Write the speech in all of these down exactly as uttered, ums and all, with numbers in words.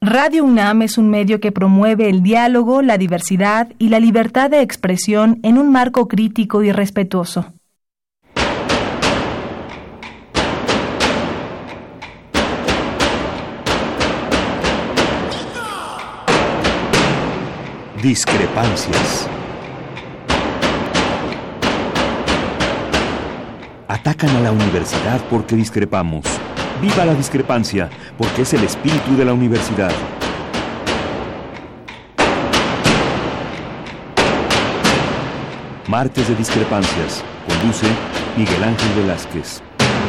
Radio UNAM es un medio que promueve el diálogo, la diversidad y la libertad de expresión en un marco crítico y respetuoso. Discrepancias. Atacan a la universidad porque discrepamos. ¡Viva la discrepancia! Porque es el espíritu de la universidad. Martes de Discrepancias. Conduce Miguel Ángel Velázquez.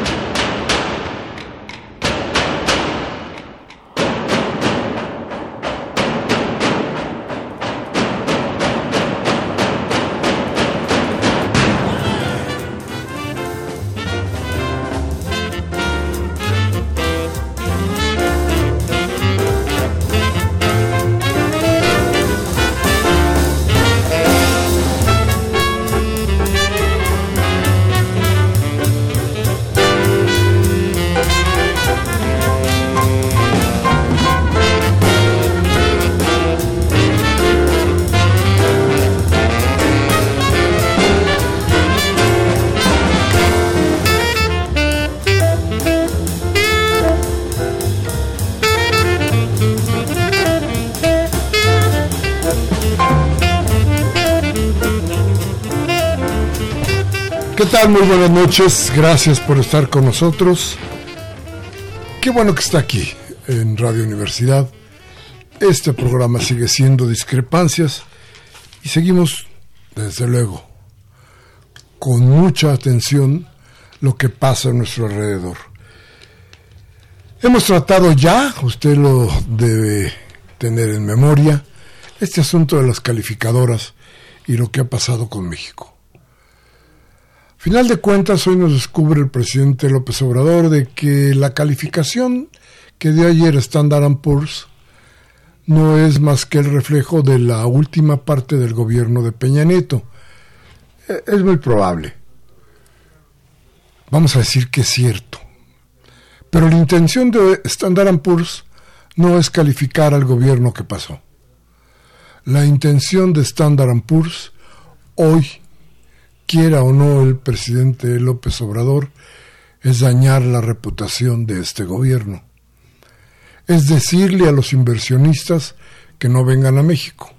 ¿Qué tal? Muy buenas noches, gracias por estar con nosotros. Qué bueno que está aquí en Radio Universidad. Este programa sigue siendo Discrepancias y seguimos, desde luego, con mucha atención lo que pasa a nuestro alrededor. Hemos tratado ya, usted lo debe tener en memoria, este asunto de las calificadoras y lo que ha pasado con México. Final de cuentas, hoy nos descubre el presidente López Obrador de que la calificación que dio ayer Standard and Poor's no es más que el reflejo de la última parte del gobierno de Peña Nieto. Es muy probable. Vamos a decir que es cierto. Pero la intención de Standard and Poor's no es calificar al gobierno que pasó. La intención de Standard and Poor's hoy, quiera o no el presidente López Obrador, es dañar la reputación de este gobierno. Es decirle a los inversionistas que no vengan a México.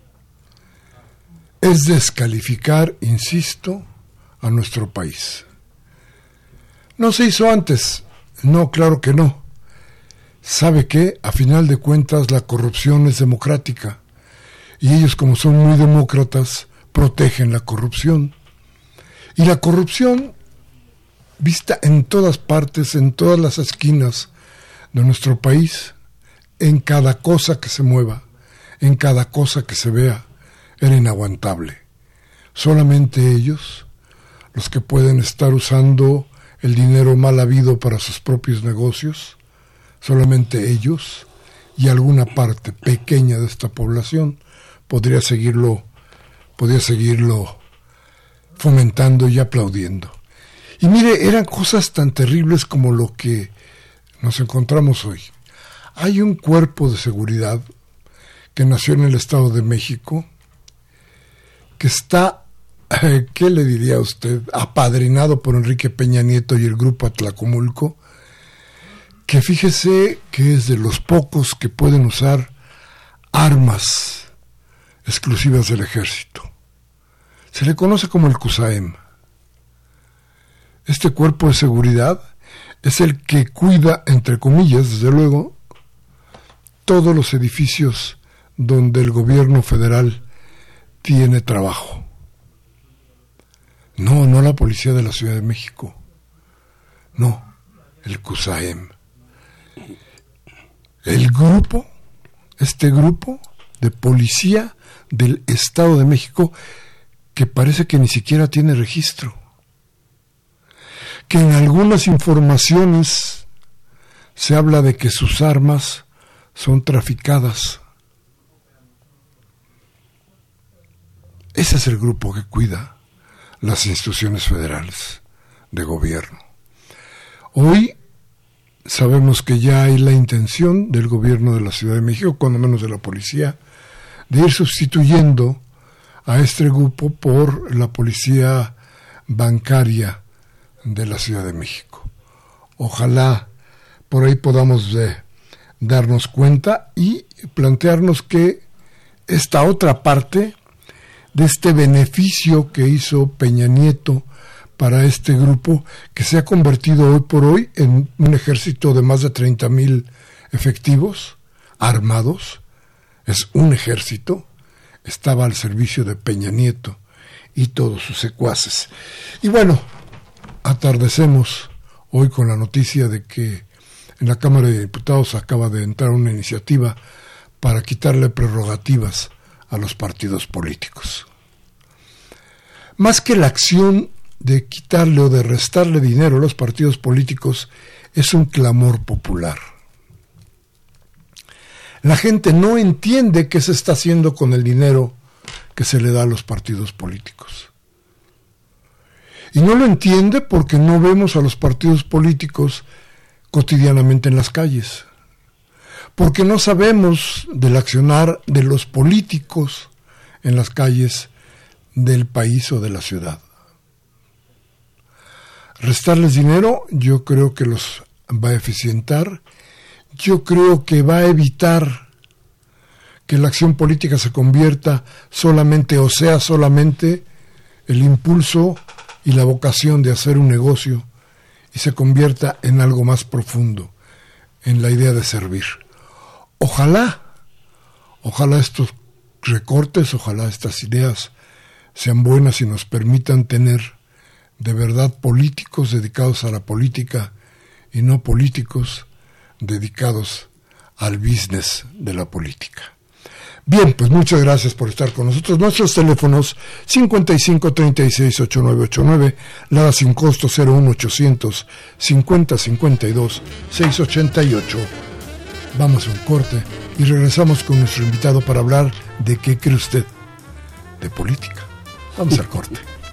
Es descalificar, insisto, a nuestro país. No se hizo antes. No, claro que no. ¿Sabe qué? A final de cuentas la corrupción es democrática. Y ellos, como son muy demócratas, protegen la corrupción. Y la corrupción, vista en todas partes, en todas las esquinas de nuestro país, en cada cosa que se mueva, en cada cosa que se vea, era inaguantable. Solamente ellos, los que pueden estar usando el dinero mal habido para sus propios negocios, solamente ellos y alguna parte pequeña de esta población podría seguirlo, podría seguirlo fomentando y aplaudiendo. Y mire, eran cosas tan terribles como lo que nos encontramos hoy. Hay un cuerpo de seguridad que nació en el Estado de México, que está, eh, ¿qué le diría a usted?, apadrinado por Enrique Peña Nieto y el Grupo Atlacomulco, que fíjese que es de los pocos que pueden usar armas exclusivas del ejército. Se le conoce como el CUSAEM. Este cuerpo de seguridad es el que cuida, entre comillas, desde luego, todos los edificios donde el gobierno federal tiene trabajo. No, no la policía de la Ciudad de México. No, el CUSAEM. El grupo, este grupo de policía del Estado de México, que parece que ni siquiera tiene registro, que en algunas informaciones se habla de que sus armas son traficadas. Ese es el grupo que cuida las instituciones federales de gobierno. Hoy sabemos que ya hay la intención del gobierno de la Ciudad de México, cuando menos de la policía, de ir sustituyendo a este grupo por la policía bancaria de la Ciudad de México. Ojalá por ahí podamos eh, darnos cuenta y plantearnos que esta otra parte de este beneficio que hizo Peña Nieto para este grupo, que se ha convertido hoy por hoy en un ejército de más de treinta mil efectivos armados, es un ejército, estaba al servicio de Peña Nieto y todos sus secuaces. Y bueno, atardecemos hoy con la noticia de que en la Cámara de Diputados acaba de entrar una iniciativa para quitarle prerrogativas a los partidos políticos. Más que la acción de quitarle o de restarle dinero a los partidos políticos, es un clamor popular. La gente no entiende qué se está haciendo con el dinero que se le da a los partidos políticos. Y no lo entiende porque no vemos a los partidos políticos cotidianamente en las calles, porque no sabemos del accionar de los políticos en las calles del país o de la ciudad. Restarles dinero yo creo que los va a eficientar, yo creo que va a evitar que la acción política se convierta solamente o sea solamente el impulso y la vocación de hacer un negocio y se convierta en algo más profundo, en la idea de servir. Ojalá, ojalá estos recortes, ojalá estas ideas sean buenas y nos permitan tener de verdad políticos dedicados a la política y no políticos dedicados al business de la política. Bien, pues muchas gracias por estar con nosotros. Nuestros teléfonos cincuenta y cinco, treinta y seis, ochenta y nueve ochenta y nueve, Lada sin costo cero uno ochocientos cincuenta cincuenta y dos seiscientos ochenta y ocho. Vamos a un corte y regresamos con nuestro invitado para hablar de qué cree usted, de política. Vamos al corte.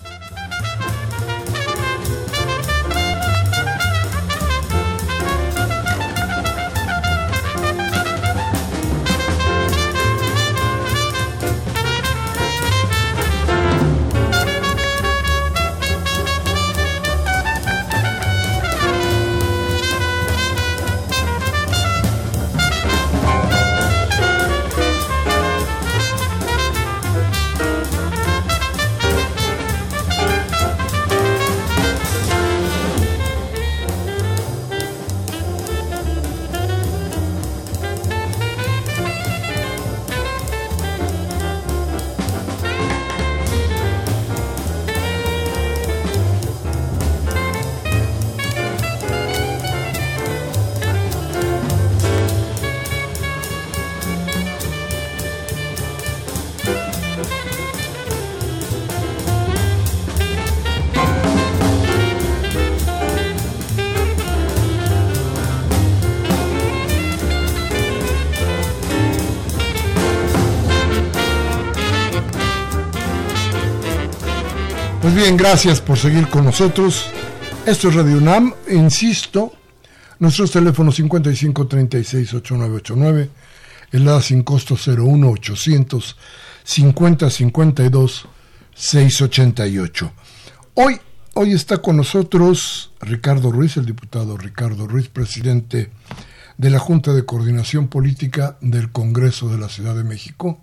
Pues bien, gracias por seguir con nosotros. Esto es Radio UNAM. Insisto, nuestros teléfonos cincuenta y cinco, treinta y seis, ochenta y nueve ochenta y nueve, el Lada sin costo cero uno ochocientos cincuenta cincuenta y dos seiscientos ochenta y ocho. Hoy, hoy está con nosotros Ricardo Ruiz, el diputado Ricardo Ruiz, presidente de la Junta de Coordinación Política del Congreso de la Ciudad de México,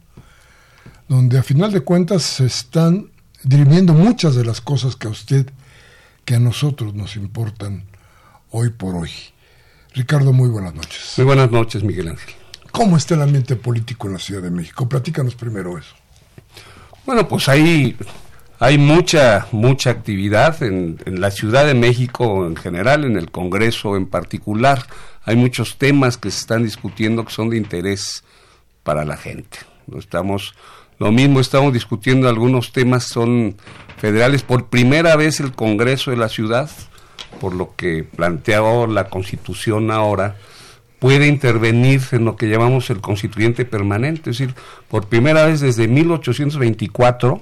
donde a final de cuentas se están dirimiendo muchas de las cosas que a usted, que a nosotros nos importan hoy por hoy. Ricardo, muy buenas noches. Muy buenas noches, Miguel Ángel. ¿Cómo está el ambiente político en la Ciudad de México? Platícanos primero eso. Bueno, pues hay, hay mucha, mucha actividad en, en la Ciudad de México en general, en el Congreso en particular. Hay muchos temas que se están discutiendo que son de interés para la gente. No estamos... Lo mismo, estamos discutiendo algunos temas, son federales. Por primera vez el Congreso de la Ciudad, por lo que planteaba la Constitución ahora, puede intervenir en lo que llamamos el constituyente permanente. Es decir, por primera vez desde mil ochocientos veinticuatro,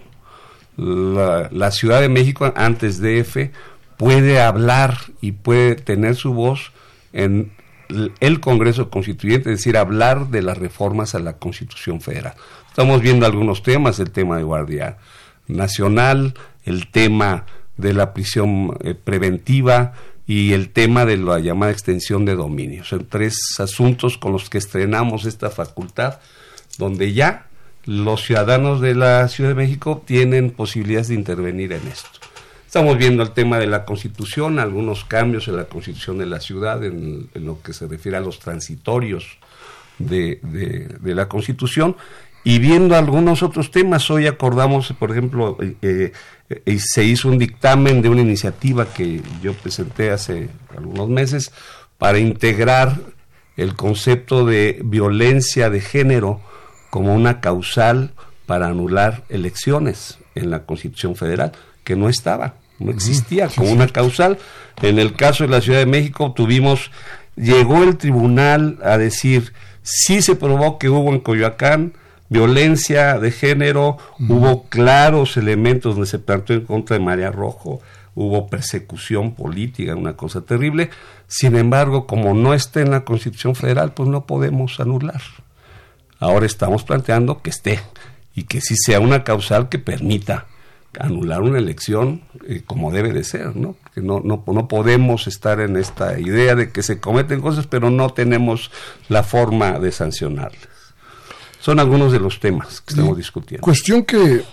la, la Ciudad de México, antes D F, puede hablar y puede tener su voz en el Congreso Constituyente, es decir, hablar de las reformas a la Constitución Federal. Estamos viendo algunos temas, el tema de Guardia Nacional, el tema de la prisión eh, preventiva y el tema de la llamada extensión de dominios. Son tres asuntos con los que estrenamos esta facultad, donde ya los ciudadanos de la Ciudad de México tienen posibilidades de intervenir en esto. Estamos viendo el tema de la Constitución, algunos cambios en la Constitución de la ciudad, en, en lo que se refiere a los transitorios de, de, de la Constitución, y viendo algunos otros temas. Hoy acordamos, por ejemplo, eh, eh, se hizo un dictamen de una iniciativa que yo presenté hace algunos meses para integrar el concepto de violencia de género como una causal para anular elecciones en la Constitución Federal, que no estaba, no existía sí, como sí. una causal. En el caso de la Ciudad de México tuvimos, llegó el tribunal a decir, sí se probó que hubo en Coyoacán violencia de género, uh-huh. hubo claros elementos donde se planteó en contra de María Rojo, hubo persecución política, una cosa terrible. Sin embargo, como no está en la Constitución Federal, pues no podemos anular. Ahora estamos planteando que esté, y que sí sea una causal que permita anular una elección eh, como debe de ser, ¿no? Que no, no, no podemos estar en esta idea de que se cometen cosas, pero no tenemos la forma de sancionarlas. Son algunos de los temas que estamos discutiendo. Cuestión que,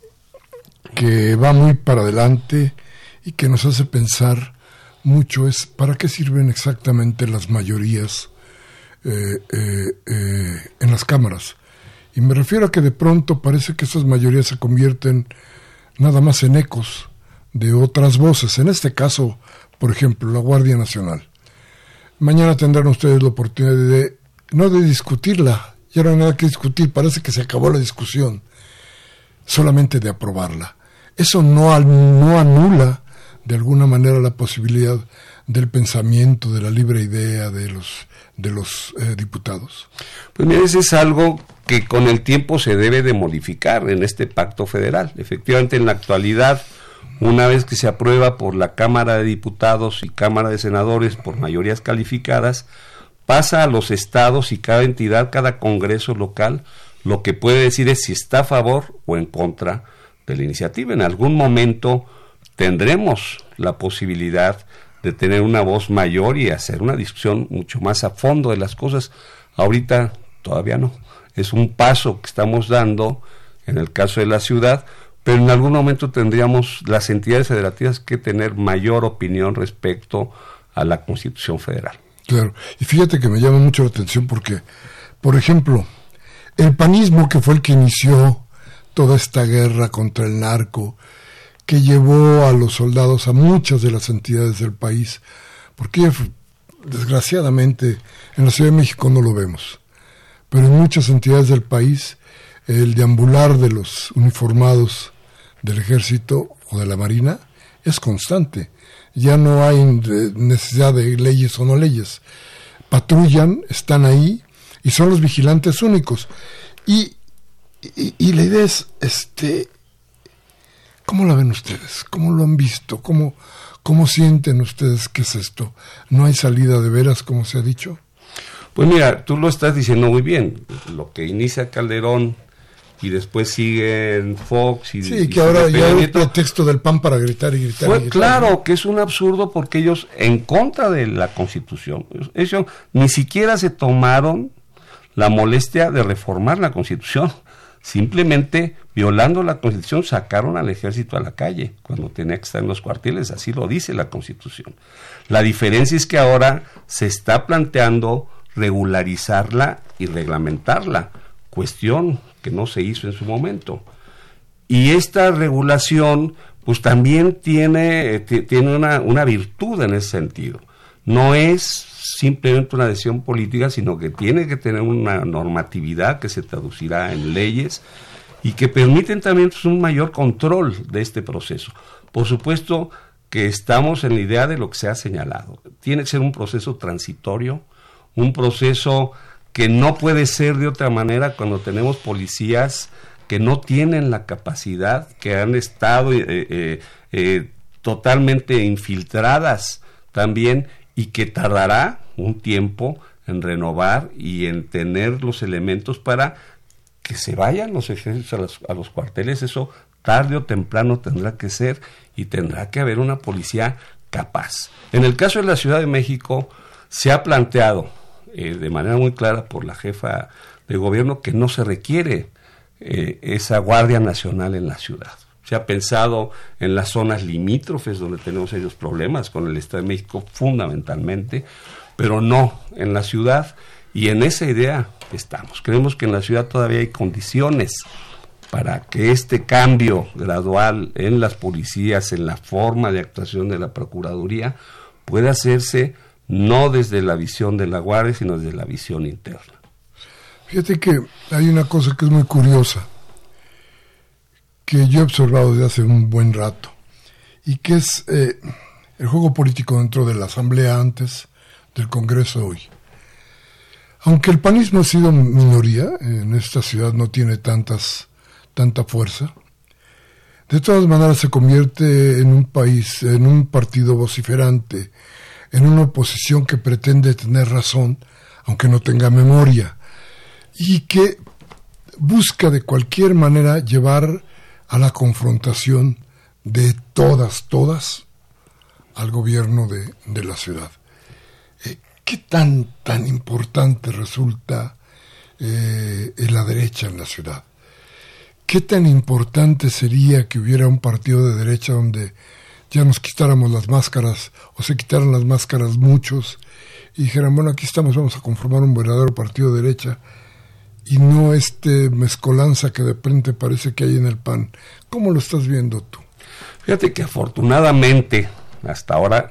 que va muy para adelante y que nos hace pensar mucho es ¿para qué sirven exactamente las mayorías eh, eh, eh, en las cámaras? Y me refiero a que de pronto parece que esas mayorías se convierten nada más en ecos de otras voces. En este caso, por ejemplo, la Guardia Nacional. Mañana tendrán ustedes la oportunidad de, no de discutirla, ya no hay nada que discutir, parece que se acabó la discusión, solamente de aprobarla. Eso no, no anula de alguna manera la posibilidad del pensamiento, de la libre idea de los, de los eh, diputados. Pues mira, ese es algo que con el tiempo se debe de modificar en este pacto federal. Efectivamente, en la actualidad, una vez que se aprueba por la Cámara de Diputados y Cámara de Senadores por mayorías calificadas, pasa a los estados y cada entidad, cada congreso local, lo que puede decir es si está a favor o en contra de la iniciativa. En algún momento tendremos la posibilidad de tener una voz mayor y hacer una discusión mucho más a fondo de las cosas. Ahorita todavía no. Es un paso que estamos dando en el caso de la ciudad, pero en algún momento tendríamos las entidades federativas que tener mayor opinión respecto a la Constitución Federal. Claro, y fíjate que me llama mucho la atención porque, por ejemplo, el panismo, que fue el que inició toda esta guerra contra el narco, que llevó a los soldados a muchas de las entidades del país, porque desgraciadamente en la Ciudad de México no lo vemos, pero en muchas entidades del país el deambular de los uniformados del ejército o de la marina es constante. Ya no hay necesidad de leyes o no leyes. Patrullan, están ahí y son los vigilantes únicos. Y, y, y la idea es, este, ¿cómo la ven ustedes? ¿Cómo lo han visto? ¿Cómo, cómo sienten ustedes que es esto? ¿No hay salida de veras, como se ha dicho? Pues mira, tú lo estás diciendo muy bien. Lo que inicia Calderón y después siguen Fox y... Sí, y que ahora ya hay un pretexto del P A N para gritar y gritar. Fue y gritar. Claro que es un absurdo porque ellos, en contra de la Constitución, ellos ni siquiera se tomaron la molestia de reformar la Constitución. Simplemente, violando la Constitución, sacaron al ejército a la calle cuando tenía que estar en los cuarteles. Así lo dice la Constitución. La diferencia es que ahora se está planteando regularizarla y reglamentarla, cuestión que no se hizo en su momento. Y esta regulación pues también tiene, t- tiene una, una virtud en ese sentido. No es simplemente una decisión política, sino que tiene que tener una normatividad que se traducirá en leyes y que permiten también pues, un mayor control de este proceso. Por supuesto que estamos en la idea de lo que se ha señalado. Tiene que ser un proceso transitorio, un proceso que no puede ser de otra manera cuando tenemos policías que no tienen la capacidad, que han estado eh, eh, eh, totalmente infiltradas también y que tardará un tiempo en renovar y en tener los elementos para que se vayan los ejércitos a los, a los cuarteles. Eso tarde o temprano tendrá que ser, y tendrá que haber una policía capaz. En el caso de la Ciudad de México, se ha planteado eh, de manera muy clara por la jefa de gobierno que no se requiere eh, esa Guardia Nacional en la ciudad. Se ha pensado en las zonas limítrofes donde tenemos ellos problemas con el Estado de México fundamentalmente, pero no en la ciudad, y en esa idea estamos. Creemos que en la ciudad todavía hay condiciones para que este cambio gradual en las policías, en la forma de actuación de la Procuraduría, pueda hacerse no desde la visión de la Guardia, sino desde la visión interna. Fíjate que hay una cosa que es muy curiosa, que yo he observado desde hace un buen rato, y que es eh, el juego político dentro de la Asamblea antes del Congreso hoy. Aunque el panismo ha sido minoría, en esta ciudad no tiene tantas, tanta fuerza, de todas maneras se convierte en un país, en un partido vociferante, en una oposición que pretende tener razón, aunque no tenga memoria, y que busca de cualquier manera llevar a la confrontación de todas, todas, al gobierno de, de la ciudad. Eh, ¿Qué tan, tan importante resulta eh, en la derecha en la ciudad? ¿Qué tan importante sería que hubiera un partido de derecha donde ya nos quitáramos las máscaras, o se quitaran las máscaras muchos, y dijeran, bueno, aquí estamos, vamos a conformar un verdadero partido de derecha, y no este mezcolanza que de repente parece que hay en el P A N? ¿Cómo lo estás viendo tú? Fíjate que afortunadamente, hasta ahora,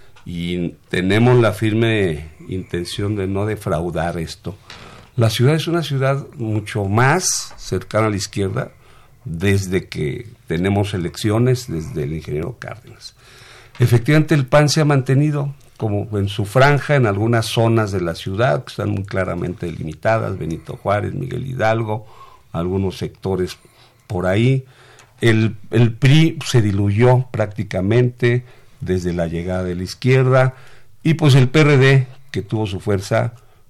y tenemos la firme intención de no defraudar esto, la ciudad es una ciudad mucho más cercana a la izquierda desde que tenemos elecciones, desde el ingeniero Cárdenas. Efectivamente, el P A N se ha mantenido como en su franja en algunas zonas de la ciudad que están muy claramente delimitadas, Benito Juárez, Miguel Hidalgo, algunos sectores por ahí. El, el P R I se diluyó prácticamente desde la llegada de la izquierda, y pues el P R D, que tuvo su fuerza,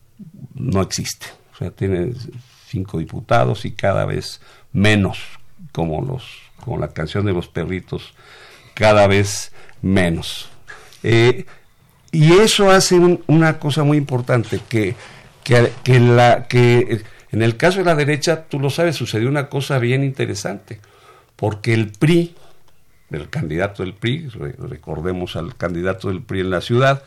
no existe. O sea, tiene cinco diputados y cada vez menos, como los como la canción de los perritos, cada vez menos. Eh, y eso hace un, una cosa muy importante, que, que, que, la, que en el caso de la derecha, tú lo sabes, sucedió una cosa bien interesante, porque el P R I, el candidato del P R I, re, recordemos al candidato del P R I en la ciudad,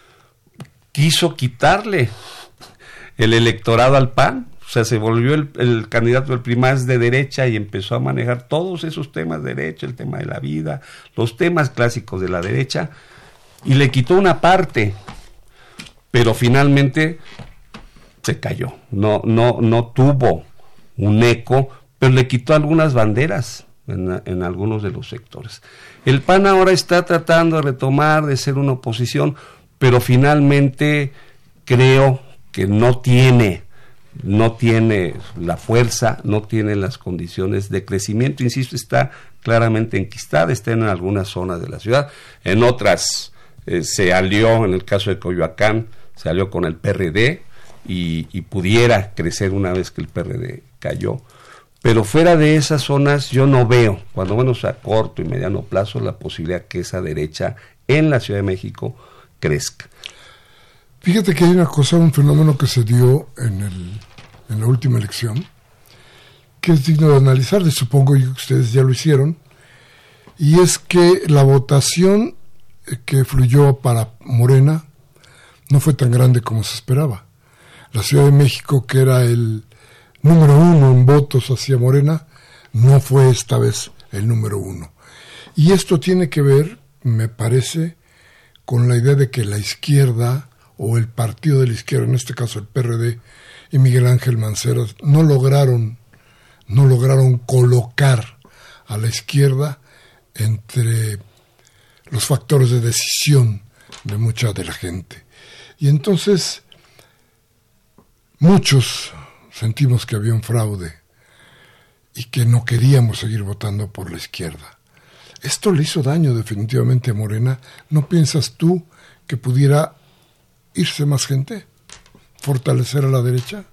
quiso quitarle el electorado al P A N. O sea, se volvió el, el candidato del P R I más de derecha y empezó a manejar todos esos temas de derecha, el tema de la vida, los temas clásicos de la derecha, y le quitó una parte, pero finalmente se cayó. No, no, no tuvo un eco, pero le quitó algunas banderas en, en algunos de los sectores. El P A N ahora está tratando de retomar, de ser una oposición, pero finalmente creo que no tiene no tiene la fuerza, no tiene las condiciones de crecimiento. Insisto, está claramente enquistada, está en algunas zonas de la ciudad, en otras eh, se alió, en el caso de Coyoacán, se alió con el P R D y, y pudiera crecer una vez que el P R D cayó. Pero fuera de esas zonas yo no veo, cuando menos a corto y mediano plazo, la posibilidad que esa derecha en la Ciudad de México crezca. Fíjate que hay una cosa, un fenómeno que se dio en, el, en la última elección, que es digno de analizar, y supongo que ustedes ya lo hicieron, y es que la votación que fluyó para Morena no fue tan grande como se esperaba. La Ciudad de México, que era el número uno en votos hacia Morena, no fue esta vez el número uno. Y esto tiene que ver, me parece, con la idea de que la izquierda, o el partido de la izquierda, en este caso el P R D y Miguel Ángel Mancera, no lograron, no lograron colocar a la izquierda entre los factores de decisión de mucha de la gente. Y entonces muchos sentimos que había un fraude y que no queríamos seguir votando por la izquierda. Esto le hizo daño definitivamente a Morena. ¿No piensas tú que pudiera irse más gente, fortalecer a la derecha.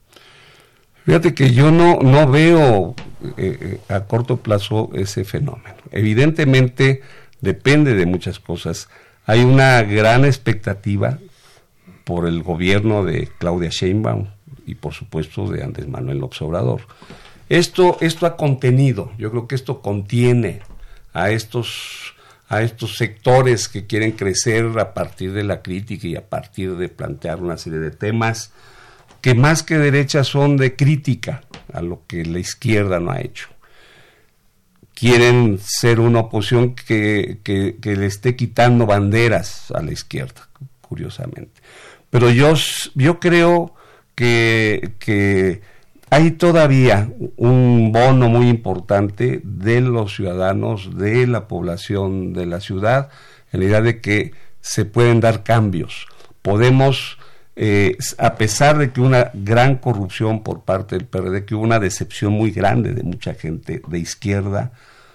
Fíjate que yo no, no veo eh, a corto plazo ese fenómeno. Evidentemente depende de muchas cosas. Hay una gran expectativa por el gobierno de Claudia Sheinbaum y por supuesto de Andrés Manuel López Obrador. Esto, esto ha contenido, yo creo que esto contiene a estos, a estos sectores que quieren crecer a partir de la crítica y a partir de plantear una serie de temas que más que derecha son de crítica a lo que la izquierda no ha hecho. Quieren ser una oposición que, que, que le esté quitando banderas a la izquierda, curiosamente. Pero yo, yo creo que, que hay todavía un bono muy importante de los ciudadanos, de la población de la ciudad, en la idea de que se pueden dar cambios. Podemos, eh, a pesar de que una gran corrupción por parte del P R D, que hubo una decepción muy grande de mucha gente de izquierda,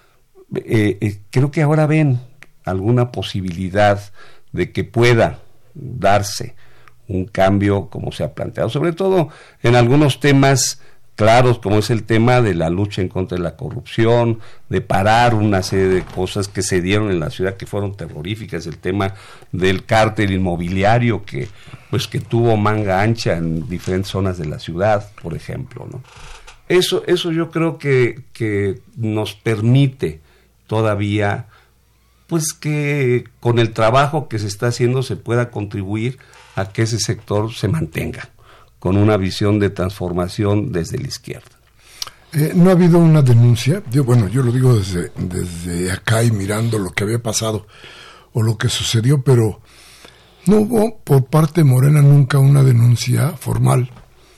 eh, eh, creo que ahora ven alguna posibilidad de que pueda darse un cambio como se ha planteado, sobre todo en algunos temas claros, como es el tema de la lucha en contra de la corrupción, de parar una serie de cosas que se dieron en la ciudad que fueron terroríficas, el tema del cártel inmobiliario que pues que tuvo manga ancha en diferentes zonas de la ciudad, por ejemplo, ¿no? Eso, eso yo creo que, que nos permite todavía pues que con el trabajo que se está haciendo se pueda contribuir a que ese sector se mantenga con una visión de transformación desde la izquierda. Eh, no ha habido una denuncia, yo, bueno, yo lo digo desde, desde acá y mirando lo que había pasado o lo que sucedió, pero no hubo por parte de Morena nunca una denuncia formal.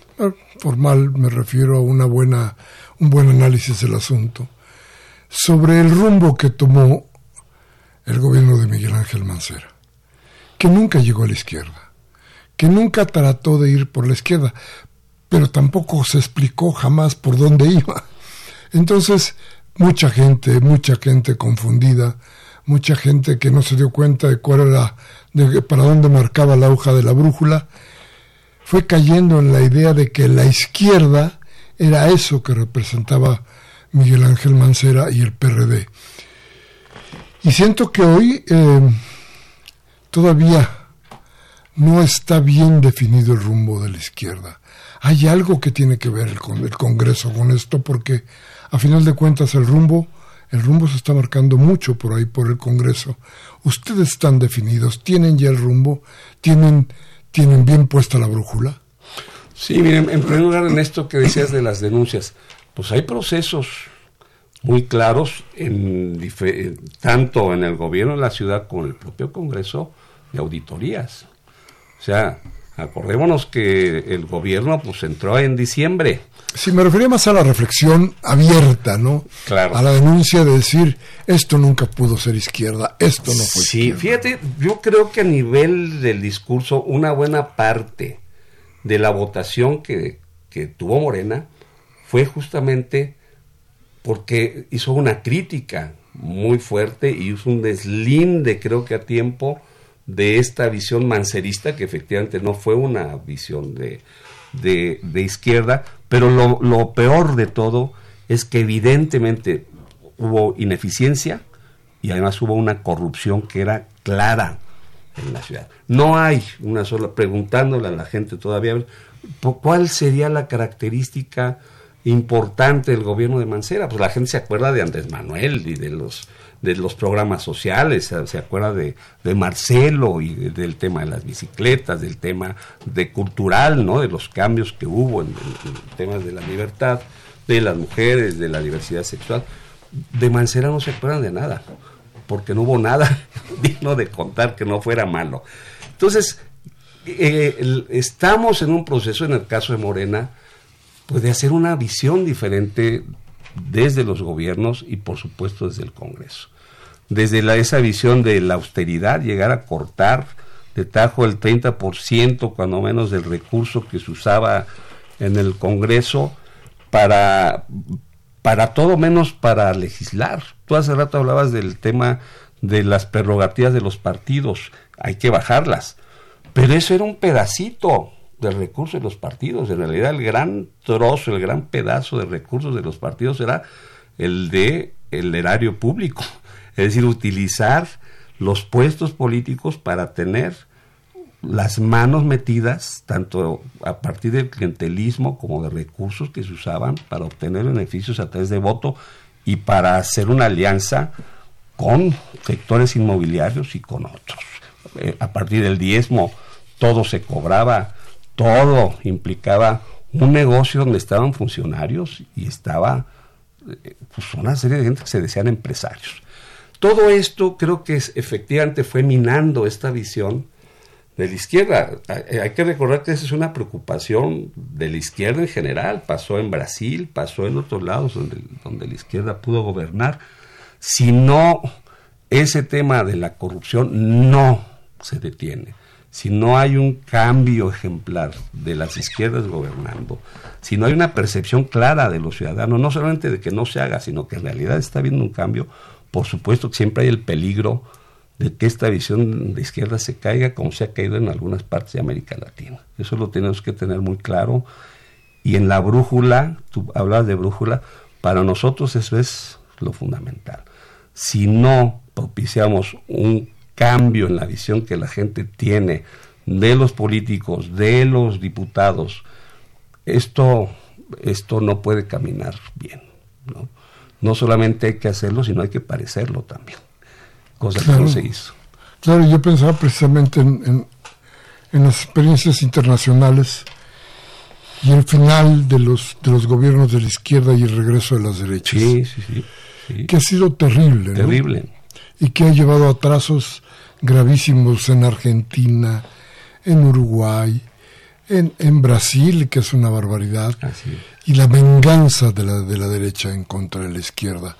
Formal me refiero a una buena, un buen análisis del asunto sobre el rumbo que tomó el gobierno de Miguel Ángel Mancera, que nunca llegó a la izquierda, que nunca trató de ir por la izquierda, pero tampoco se explicó jamás por dónde iba. Entonces, mucha gente, mucha gente confundida, mucha gente que no se dio cuenta de cuál era, de para dónde marcaba la hoja de la brújula, fue cayendo en la idea de que la izquierda era eso que representaba Miguel Ángel Mancera y el P R D. Y siento que hoy eh, todavía no está bien definido el rumbo de la izquierda. Hay algo que tiene que ver el, con, el Congreso con esto, porque a final de cuentas el rumbo, el rumbo se está marcando mucho por ahí, por el Congreso. Ustedes están definidos, tienen ya el rumbo, tienen, tienen bien puesta la brújula. Sí, miren, en primer lugar en esto que decías de las denuncias, pues hay procesos muy claros, en difer- tanto en el gobierno de la ciudad como en el propio Congreso, de auditorías. O sea, acordémonos que el gobierno pues entró en diciembre. Sí, me refería más a la reflexión abierta, ¿no? Claro. A la denuncia de decir, esto nunca pudo ser izquierda, esto no fue sí, izquierda. Fíjate, yo creo que a nivel del discurso, una buena parte de la votación que, que tuvo Morena fue justamente porque hizo una crítica muy fuerte y hizo un deslinde, creo que a tiempo, de esta visión mancerista, que efectivamente no fue una visión de, de, de izquierda, pero lo, lo peor de todo es que evidentemente hubo ineficiencia y además hubo una corrupción que era clara en la ciudad. No hay una sola, preguntándole a la gente todavía, ¿cuál sería la característica importante del gobierno de Mancera? Pues la gente se acuerda de Andrés Manuel y de los de los programas sociales, se acuerda de, de Marcelo y de, del tema de las bicicletas, del tema de cultural, ¿no? De los cambios que hubo en, en, en temas de la libertad de las mujeres, de la diversidad sexual. De Mancera no se acuerdan de nada, porque no hubo nada digno de contar que no fuera malo. Entonces, eh, el, estamos en un proceso, en el caso de Morena, pues de hacer una visión diferente desde los gobiernos y por supuesto desde el Congreso. Desde la, esa visión de la austeridad, llegar a cortar de tajo el treinta por ciento, cuando menos, del recurso que se usaba en el Congreso para, para todo menos para legislar. Tú hace rato hablabas del tema de las prerrogativas de los partidos, hay que bajarlas, Pero eso era un pedacito del recurso de los partidos. En realidad el gran trozo, el gran pedazo de recursos de los partidos era el de el erario público, es decir, utilizar los puestos políticos para tener las manos metidas tanto a partir del clientelismo como de recursos que se usaban para obtener beneficios a través de voto y para hacer una alianza con sectores inmobiliarios y con otros. Eh, a partir del diezmo todo se cobraba, todo implicaba un negocio donde estaban funcionarios y estaba eh, pues una serie de gente que se decían empresarios. Todo esto creo que es, efectivamente fue minando esta visión de la izquierda. Hay que recordar que esa es una preocupación de la izquierda en general. Pasó en Brasil, pasó en otros lados donde, donde la izquierda pudo gobernar. Si no, ese tema de la corrupción no se detiene. Si no hay un cambio ejemplar de las izquierdas gobernando, si no hay una percepción clara de los ciudadanos, no solamente de que no se haga, sino que en realidad está habiendo un cambio, por supuesto que siempre hay el peligro de que esta visión de izquierda se caiga como se ha caído en algunas partes de América Latina. Eso lo tenemos que tener muy claro. Y en la brújula, tú hablabas de brújula, para nosotros eso es lo fundamental. Si no propiciamos un cambio en la visión que la gente tiene de los políticos, de los diputados, esto, esto no puede caminar bien, ¿no? No solamente hay que hacerlo, sino hay que parecerlo también, cosa claro, que no se hizo. Claro, yo pensaba precisamente en, en, en las experiencias internacionales y el final de los de los gobiernos de la izquierda y el regreso de las derechas. Sí, sí, sí. sí. Que ha sido terrible, Terrible. ¿no? Y que ha llevado a atrasos gravísimos en Argentina, en Uruguay, en, en Brasil, que es una barbaridad. Así es. Y la venganza de la de la derecha en contra de la izquierda.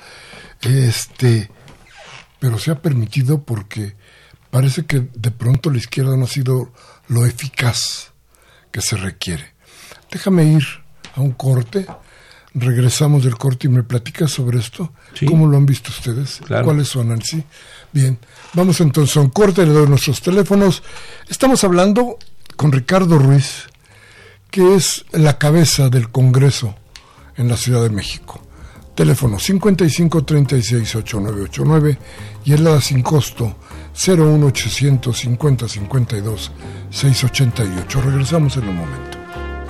Este, pero se ha permitido porque parece que de pronto la izquierda no ha sido lo eficaz que se requiere. Déjame ir a un corte. Regresamos del corte y me platicas sobre esto. Sí. ¿Cómo lo han visto ustedes? Claro. ¿Cuál es su análisis? Bien, vamos entonces a un corte, le doy nuestros teléfonos. Estamos hablando con Ricardo Ruiz, que es la cabeza del Congreso en la Ciudad de México. Teléfono cincuenta y cinco, treinta y seis, ochenta y nueve ochenta y nueve y el A sin costo cero uno ochocientos cincuenta, cincuenta y dos, seiscientos ochenta y ocho. Regresamos en un momento.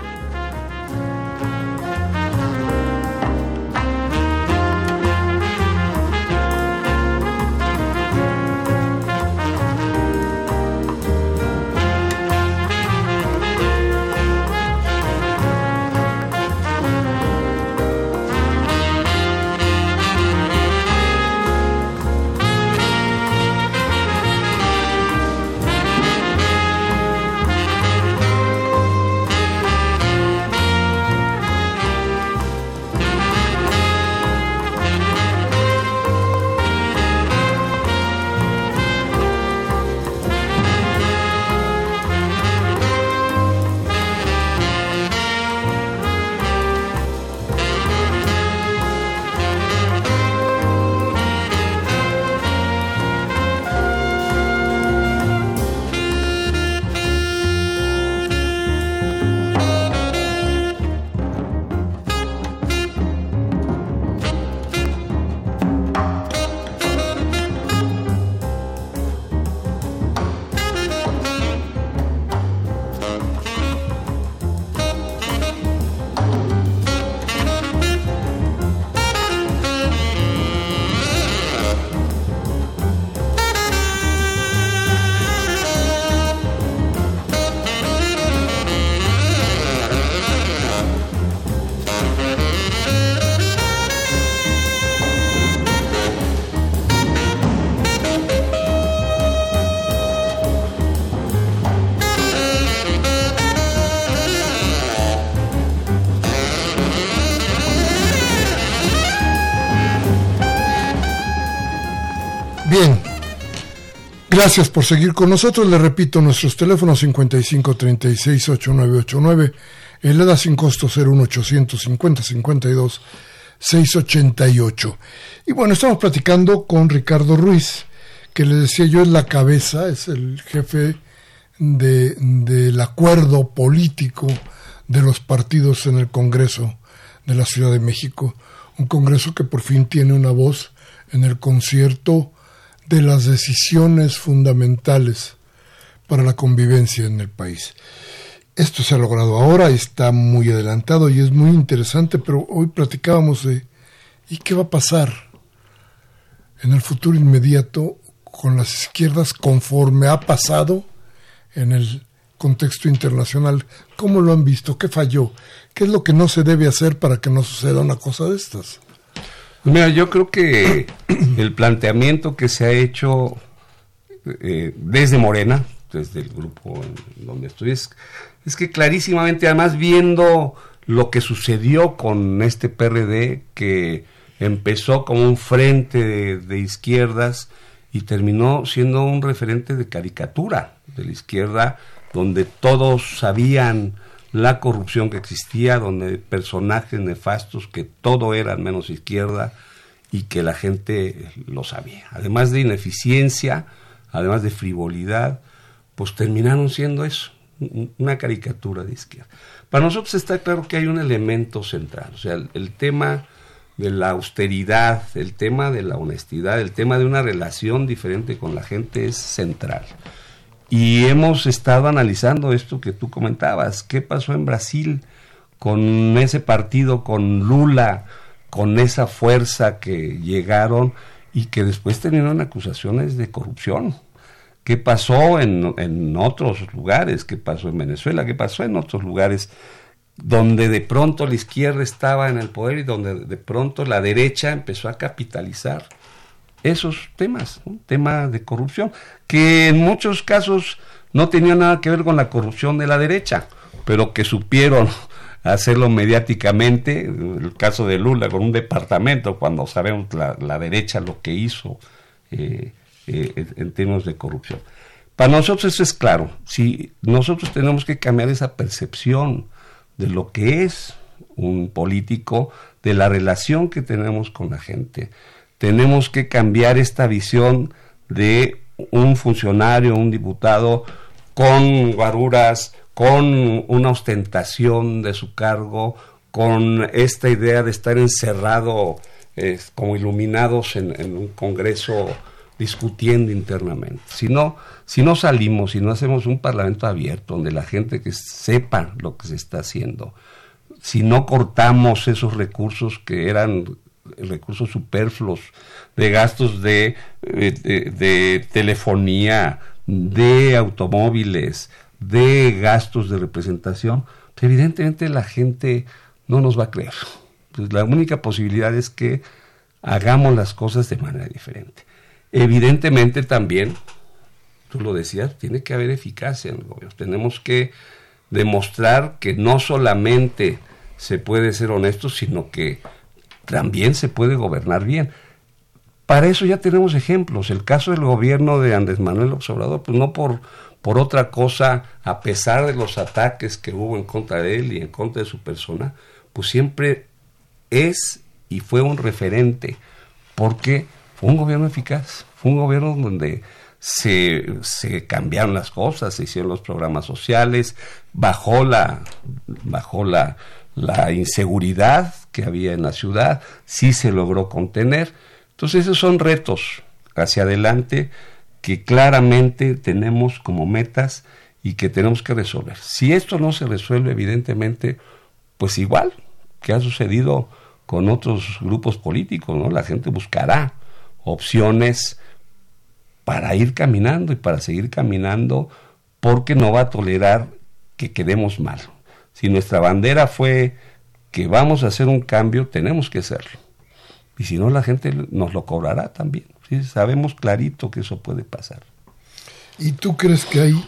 Bien, gracias por seguir con nosotros. Le repito, nuestros teléfonos cincuenta y cinco, treinta y seis, ochenta y nueve ochenta y nueve, el E D A sin costo cero uno ochocientos cincuenta, cincuenta y dos, seiscientos ochenta y ocho. Y bueno, estamos platicando con Ricardo Ruiz, que le decía yo es la cabeza, es el jefe de, del acuerdo político de los partidos en el Congreso de la Ciudad de México, un Congreso que por fin tiene una voz en el concierto de las decisiones fundamentales para la convivencia en el país. Esto se ha logrado ahora, está muy adelantado y es muy interesante, pero hoy platicábamos de ¿y qué va a pasar en el futuro inmediato con las izquierdas conforme ha pasado en el contexto internacional? ¿Cómo lo han visto? ¿Qué falló? ¿Qué es lo que no se debe hacer para que no suceda una cosa de estas? Mira, yo creo que el planteamiento que se ha hecho eh, desde Morena, desde el grupo en donde estoy, es, es que clarísimamente, además viendo lo que sucedió con este P R D, que empezó como un frente de, de izquierdas y terminó siendo un referente de caricatura de la izquierda, donde todos sabían la corrupción que existía, donde personajes nefastos que todo eran menos izquierda y que la gente lo sabía. Además de ineficiencia, además de frivolidad, pues terminaron siendo eso, una caricatura de izquierda. Para nosotros está claro que hay un elemento central, o sea, el, el tema de la austeridad, el tema de la honestidad, el tema de una relación diferente con la gente es central. Y hemos estado analizando esto que tú comentabas, qué pasó en Brasil con ese partido, con Lula, con esa fuerza que llegaron y que después terminaron acusaciones de corrupción. ¿Qué pasó en, en otros lugares? ¿Qué pasó en Venezuela? ¿Qué pasó en otros lugares donde de pronto la izquierda estaba en el poder y donde de pronto la derecha empezó a capitalizar esos temas, un tema de corrupción, que en muchos casos no tenía nada que ver con la corrupción de la derecha, pero que supieron hacerlo mediáticamente, el caso de Lula con un departamento, cuando sabemos la, la derecha lo que hizo eh, eh, en términos de corrupción. Para nosotros eso es claro, si nosotros tenemos que cambiar esa percepción de lo que es un político, de la relación que tenemos con la gente. Tenemos que cambiar esta visión de un funcionario, un diputado con guaruras, con una ostentación de su cargo, con esta idea de estar encerrado eh, como iluminados en, en un congreso discutiendo internamente. Si no, si no salimos, si no hacemos un parlamento abierto donde la gente que sepa lo que se está haciendo, si no cortamos esos recursos que eran recursos superfluos, de gastos de, de, de telefonía, de automóviles, de gastos de representación, pues evidentemente la gente no nos va a creer. Pues la única posibilidad es que hagamos las cosas de manera diferente. Evidentemente también, tú lo decías, tiene que haber eficacia en el gobierno. Tenemos que demostrar que no solamente se puede ser honesto, sino que también se puede gobernar bien. Para eso ya tenemos ejemplos. El caso del gobierno de Andrés Manuel López Obrador, pues no por, por otra cosa, a pesar de los ataques que hubo en contra de él y en contra de su persona, pues siempre es y fue un referente, porque fue un gobierno eficaz, fue un gobierno donde se, se cambiaron las cosas, se hicieron los programas sociales, bajó la, bajó la, la inseguridad que había en la ciudad, sí se logró contener. Entonces esos son retos hacia adelante que claramente tenemos como metas y que tenemos que resolver. Si esto no se resuelve, evidentemente, pues igual que ha sucedido con otros grupos políticos, ¿no? La gente buscará opciones para ir caminando y para seguir caminando, porque no va a tolerar que quedemos mal. Si nuestra bandera fue que vamos a hacer un cambio, tenemos que hacerlo. Y si no, la gente nos lo cobrará también. ¿Sí? Sabemos clarito que eso puede pasar. ¿Y tú crees que hay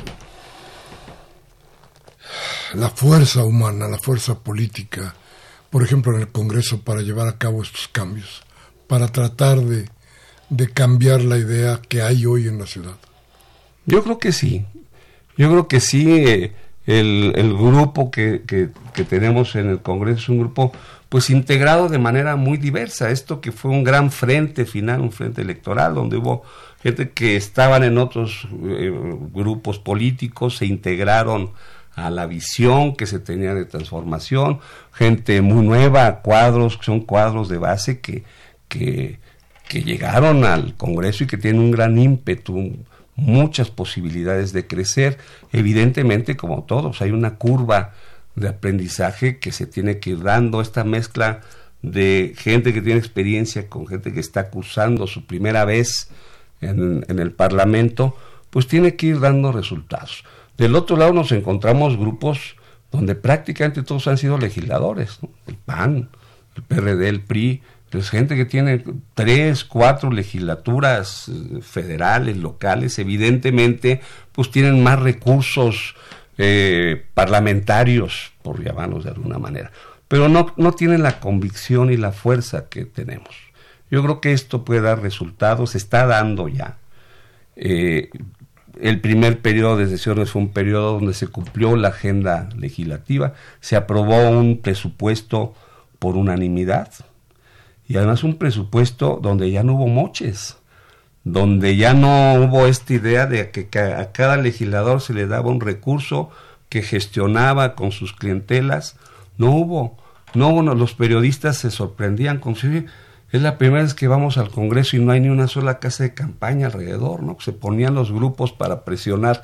la fuerza humana, la fuerza política, por ejemplo, en el Congreso, para llevar a cabo estos cambios, para tratar de, de cambiar la idea que hay hoy en la ciudad? Yo creo que sí. Yo creo que sí. Eh, el, el grupo que, que, que tenemos en el Congreso es un grupo pues integrado de manera muy diversa. Esto que fue un gran frente final, un frente electoral, donde hubo gente que estaban en otros eh, grupos políticos, se integraron a la visión que se tenía de transformación, gente muy nueva, cuadros, que son cuadros de base que, que, que llegaron al Congreso y que tienen un gran ímpetu, muchas posibilidades de crecer. Evidentemente, como todos, hay una curva de aprendizaje que se tiene que ir dando, esta mezcla de gente que tiene experiencia con gente que está cursando su primera vez en, en el Parlamento, pues tiene que ir dando resultados. Del otro lado nos encontramos grupos donde prácticamente todos han sido legisladores, ¿no? El P A N, el P R D, el P R I, es gente que tiene tres, cuatro legislaturas federales, locales, evidentemente pues tienen más recursos eh, parlamentarios, por llamarlos de alguna manera, pero no, no tienen la convicción y la fuerza que tenemos. Yo creo que esto puede dar resultados, se está dando ya. Eh, el primer periodo de sesiones fue un periodo donde se cumplió la agenda legislativa, se aprobó un presupuesto por unanimidad, y además un presupuesto donde ya no hubo moches, donde ya no hubo esta idea de que a cada legislador se le daba un recurso que gestionaba con sus clientelas. No hubo, no hubo, los periodistas se sorprendían con si es la primera vez que vamos al Congreso y no hay ni una sola casa de campaña alrededor, ¿no? Se ponían los grupos para presionar.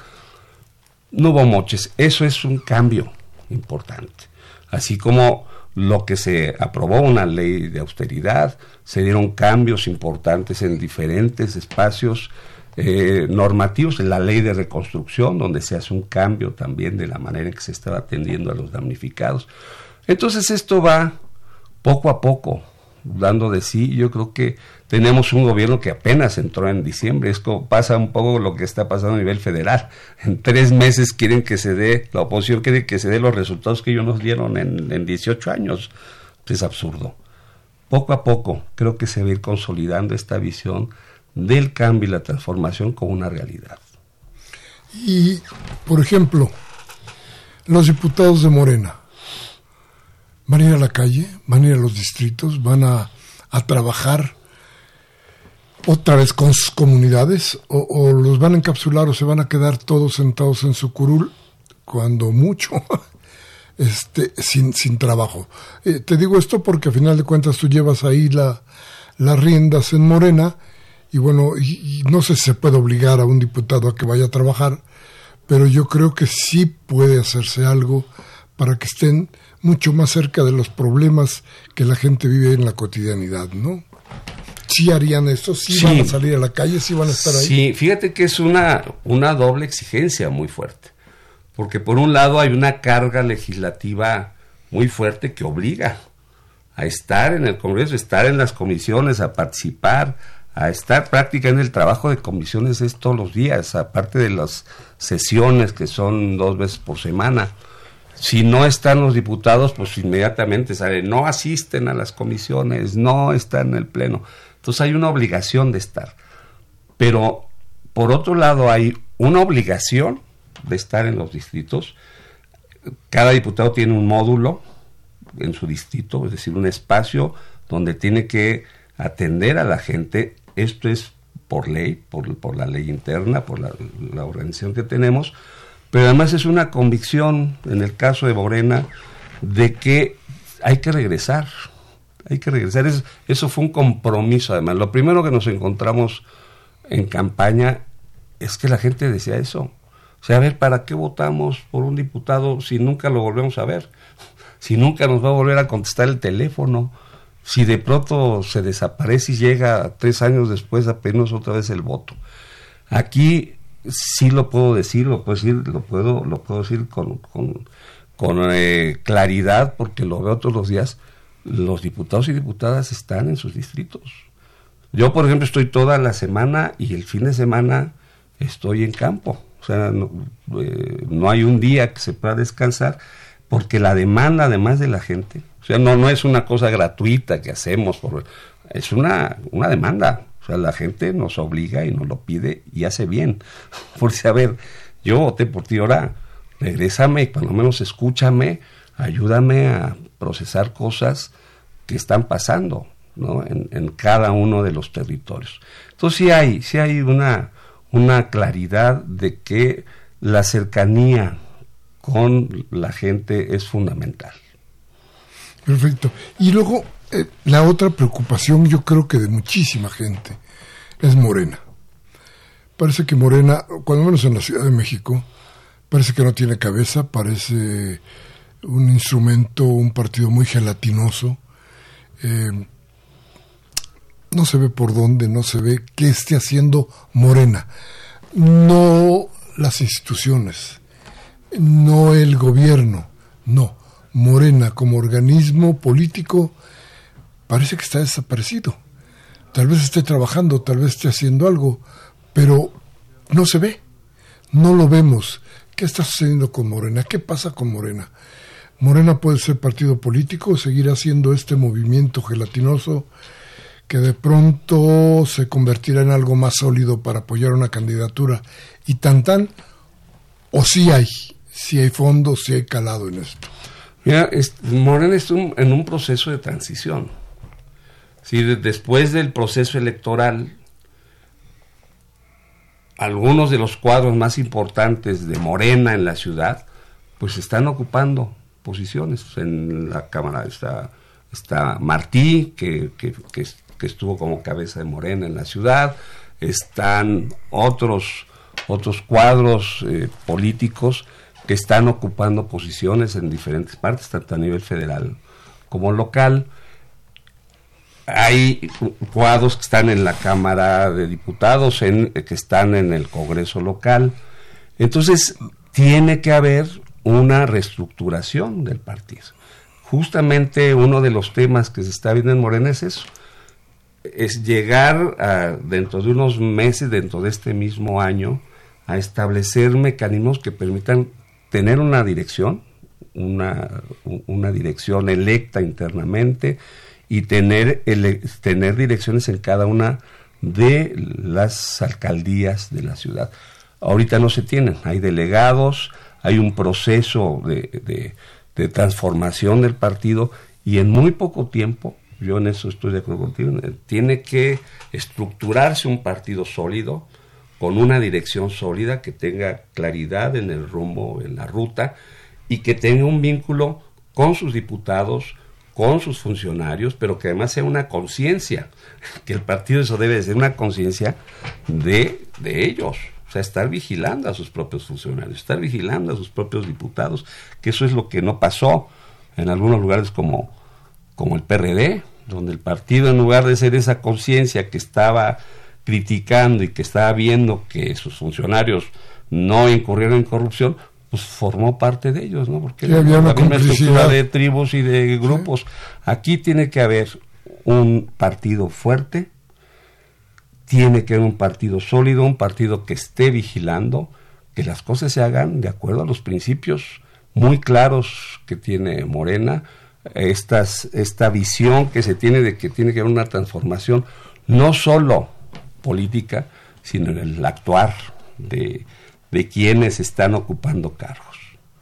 No hubo moches, eso es un cambio importante. Así como lo que se aprobó, una ley de austeridad, se dieron cambios importantes en diferentes espacios eh, normativos, en la ley de reconstrucción, donde se hace un cambio también de la manera en que se estaba atendiendo a los damnificados. Entonces esto va poco a poco dando de sí. Yo creo que tenemos un gobierno que apenas entró en diciembre, es como pasa un poco lo que está pasando a nivel federal. En tres meses quieren que se dé, la oposición quiere que se dé los resultados que ellos nos dieron en, en dieciocho años. Es absurdo. Poco a poco creo que se va a ir consolidando esta visión del cambio y la transformación como una realidad. Y, por ejemplo, los diputados de Morena van a ir a la calle, van a ir a los distritos, van a, a trabajar otra vez con sus comunidades, o, o los van a encapsular o se van a quedar todos sentados en su curul, cuando mucho, este, sin, sin trabajo. Eh, te digo esto porque a final de cuentas tú llevas ahí la, las riendas en Morena, y bueno, y, y no sé si se puede obligar a un diputado a que vaya a trabajar, pero yo creo que sí puede hacerse algo para que estén mucho más cerca de los problemas que la gente vive en la cotidianidad, ¿no? ¿Sí harían esto? ¿Sí, sí van a salir a la calle? ¿Sí van a estar ahí? Sí, fíjate que es una, una doble exigencia muy fuerte, porque por un lado hay una carga legislativa muy fuerte que obliga a estar en el Congreso, a estar en las comisiones, a participar, a estar prácticamente en el trabajo de comisiones es todos los días, aparte de las sesiones que son dos veces por semana. Si no están los diputados, pues inmediatamente salen, no asisten a las comisiones, no están en el pleno. Entonces hay una obligación de estar. Pero, por otro lado, hay una obligación de estar en los distritos. Cada diputado tiene un módulo en su distrito, es decir, un espacio donde tiene que atender a la gente. Esto es por ley, por, por la ley interna, por la, la organización que tenemos. Pero además es una convicción, en el caso de Morena, de que hay que regresar, hay que regresar. Es, eso fue un compromiso, además. Lo primero que nos encontramos en campaña es que la gente decía eso. O sea, a ver, ¿para qué votamos por un diputado si nunca lo volvemos a ver? Si nunca nos va a volver a contestar el teléfono, si de pronto se desaparece y llega tres años después a pedirnos otra vez el voto. Aquí sí lo puedo decir, lo puedo decir, lo puedo, lo puedo decir con, con, con eh, claridad, porque lo veo todos los días. Los diputados y diputadas están en sus distritos. Yo, por ejemplo, estoy toda la semana y el fin de semana estoy en campo. O sea, no, eh, no hay un día que se pueda descansar, porque la demanda, además de la gente, o sea, no, no es una cosa gratuita que hacemos, por, es una, una demanda. O sea, la gente nos obliga y nos lo pide y hace bien. Porque, a ver, yo voté por ti, ahora regrésame y por lo menos escúchame, ayúdame a procesar cosas que están pasando. ¿no? En, en cada uno de los territorios. Entonces sí hay, sí hay una, una claridad de que la cercanía con la gente es fundamental. Perfecto. Y luego, eh, la otra preocupación, yo creo que de muchísima gente, es Morena. Parece que Morena, cuando menos en la Ciudad de México, parece que no tiene cabeza, parece un instrumento, un partido muy gelatinoso. Eh, no se ve por dónde, no se ve qué esté haciendo Morena. No las instituciones, no el gobierno, no. Morena como organismo político parece que está desaparecido. Tal vez esté trabajando, tal vez esté haciendo algo, pero no se ve, no lo vemos. ¿Qué está sucediendo con Morena? ¿Qué pasa con Morena? Morena puede ser partido político, seguir haciendo este movimiento gelatinoso que de pronto se convertirá en algo más sólido para apoyar una candidatura y tan tan, o sí hay, sí hay fondo, sí hay calado en esto. Mira, es, Morena está un, en un proceso de transición. Sí, de, después del proceso electoral, algunos de los cuadros más importantes de Morena en la ciudad, pues están ocupando posiciones. En la Cámara está, está Martí, que, que, que, que estuvo como cabeza de Morena en la ciudad, están otros, otros cuadros eh, políticos que están ocupando posiciones en diferentes partes, tanto a nivel federal como local. Hay cuadros que están en la Cámara de Diputados, en, que están en el Congreso local. Entonces, tiene que haber una reestructuración del partido. Justamente uno de los temas que se está viendo en Morena es eso, es llegar a, dentro de unos meses, dentro de este mismo año, a establecer mecanismos que permitan tener una dirección, una, una dirección electa internamente, y tener, ele, tener direcciones en cada una de las alcaldías de la ciudad. Ahorita no se tienen, hay delegados, hay un proceso de, de, de transformación del partido, y en muy poco tiempo, yo en eso estoy de acuerdo contigo, tiene que estructurarse un partido sólido, con una dirección sólida, que tenga claridad en el rumbo, en la ruta, y que tenga un vínculo con sus diputados, con sus funcionarios, pero que además sea una conciencia, que el partido eso debe de ser una conciencia de, de ellos, o sea, estar vigilando a sus propios funcionarios, estar vigilando a sus propios diputados, que eso es lo que no pasó en algunos lugares como, como el P R D, donde el partido, en lugar de ser esa conciencia que estaba criticando y que estaba viendo que sus funcionarios no incurrieron en corrupción, pues formó parte de ellos, ¿no? Porque había una estructura de tribus y de grupos. Sí. Aquí tiene que haber un partido fuerte, tiene que haber un partido sólido, un partido que esté vigilando que las cosas se hagan de acuerdo a los principios muy claros que tiene Morena, estas, esta visión que se tiene de que tiene que haber una transformación, no solo política, sino en el actuar de de quienes están ocupando cargos.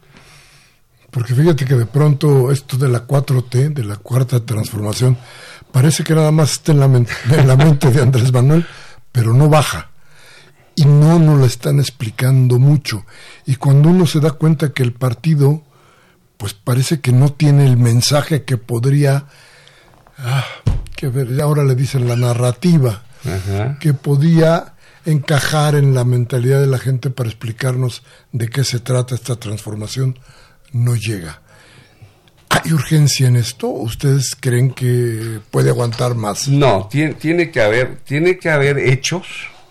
Porque fíjate que de pronto esto de la cuatro T, de la cuarta transformación, parece que nada más está en la mente, en la mente de Andrés Manuel, pero no baja. Y no nos lo están explicando mucho. Y cuando uno se da cuenta que el partido, pues parece que no tiene el mensaje que podría, ah, que ver, ahora le dicen la narrativa, ajá, que podía encajar en la mentalidad de la gente para explicarnos de qué se trata esta transformación, no llega. ¿Hay urgencia en esto? ¿Ustedes creen que puede aguantar más? No, tiene, tiene que haber, tiene que haber hechos.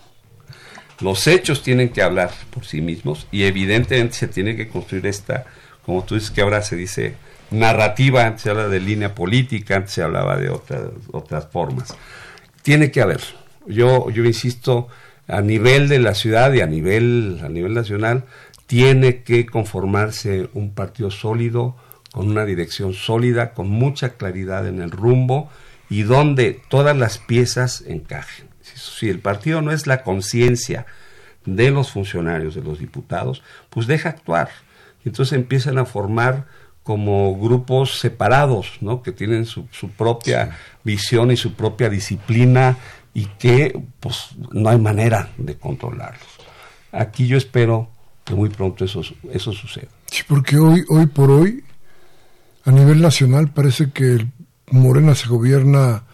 Los hechos tienen que hablar por sí mismos, y evidentemente se tiene que construir esta, como tú dices que ahora se dice narrativa, antes se habla de línea política, antes se hablaba de otras, otras formas. Tiene que haber. Yo, yo insisto, a nivel de la ciudad y a nivel, a nivel nacional, tiene que conformarse un partido sólido, con una dirección sólida, con mucha claridad en el rumbo, y donde todas las piezas encajen. Si, si el partido no es la conciencia de los funcionarios, de los diputados, pues deja actuar. Entonces empiezan a formar como grupos separados, ¿no? Que tienen su, su propia sí. visión y su propia disciplina y que pues no hay manera de controlarlos. Aquí yo espero que muy pronto eso, eso suceda. Sí, porque hoy, hoy por hoy, a nivel nacional, parece que Morena se gobierna